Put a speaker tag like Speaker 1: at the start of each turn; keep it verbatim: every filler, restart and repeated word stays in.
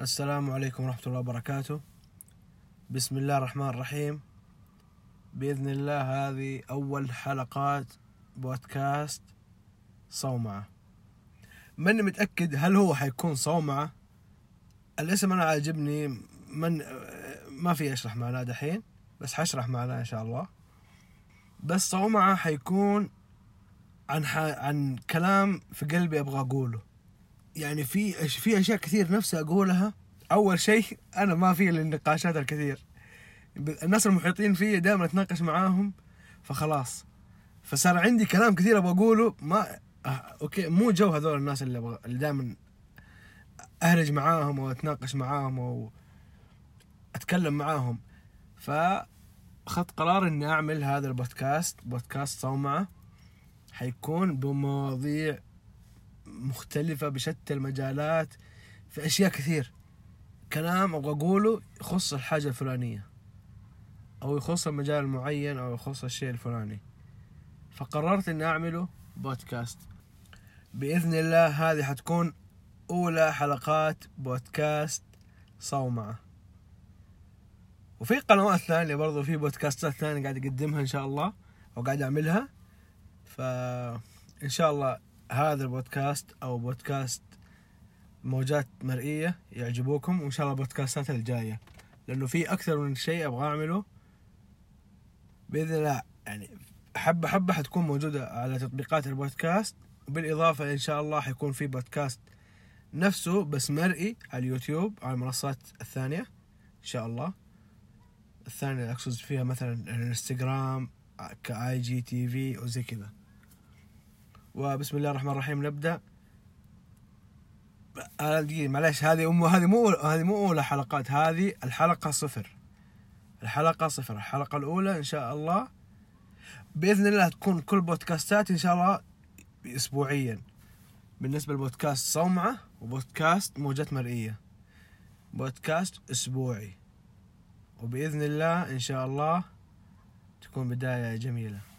Speaker 1: السلام عليكم ورحمة الله وبركاته. بسم الله الرحمن الرحيم. بإذن الله هذه أول حلقات بودكاست صومعة. ماني متأكد هل هو حيكون صومعة. الاسم أنا عاجبني، من ما في أشرح معناه دحين، بس حشرح معناه إن شاء الله. بس صومعة حيكون عن ح... عن كلام في قلبي أبغى أقوله. يعني في أش... في أشياء كثير نفسي أقولها. أول شيء أنا ما في النقاشات الكثير، الناس المحيطين فيه دائما أتناقش معاهم، فخلاص فصار عندي كلام كثير أبغى أقوله. ما أه... أوكي، مو جو هذول الناس اللي أبغى اللي دائما أهرج معاهم أو أتناقش معاهم أو أتكلم معاهم. فأخذت قرار إني أعمل هذا البودكاست، بودكاست صومعة. حيكون بمواضيع مختلفة بشتى المجالات، في أشياء كثير. كلام أبغى أقوله يخص الحاجة الفلانية أو يخص المجال المعين أو يخص الشيء الفلاني، فقررت إني أعمله بودكاست. بإذن الله هذه حتكون أولى حلقات بودكاست صومعة. وفي قنوات ثانية برضو، في بودكاستات ثانية قاعد أقدمها إن شاء الله أو قاعد أعملها. فإن شاء الله هذا البودكاست أو بودكاست موجات مرئية يعجبوكم، وإن شاء الله بودكاستات الجاية، لأنه في أكثر من شيء أبغى أعمله بإذن الله. يعني حبة حبة حتكون موجودة على تطبيقات البودكاست، وبالإضافة إن شاء الله حيكون في بودكاست نفسه بس مرئي على اليوتيوب، على المنصات الثانية إن شاء الله. الثانية أقصد فيها مثلا الانستغرام كآي جي تي في أو زي كذا. وبسم الله الرحمن الرحيم نبدأ. هذه معلش هذه أم هذه مو هذه مو أولى حلقات، هذه الحلقة صفر. الحلقة صفر الحلقة الأولى إن شاء الله. بإذن الله تكون كل بودكاستات إن شاء الله أسبوعيا، بالنسبة لبودكاست صومعة وبودكاست موجات مرئية، بودكاست أسبوعي. وبإذن الله إن شاء الله تكون بداية جميلة.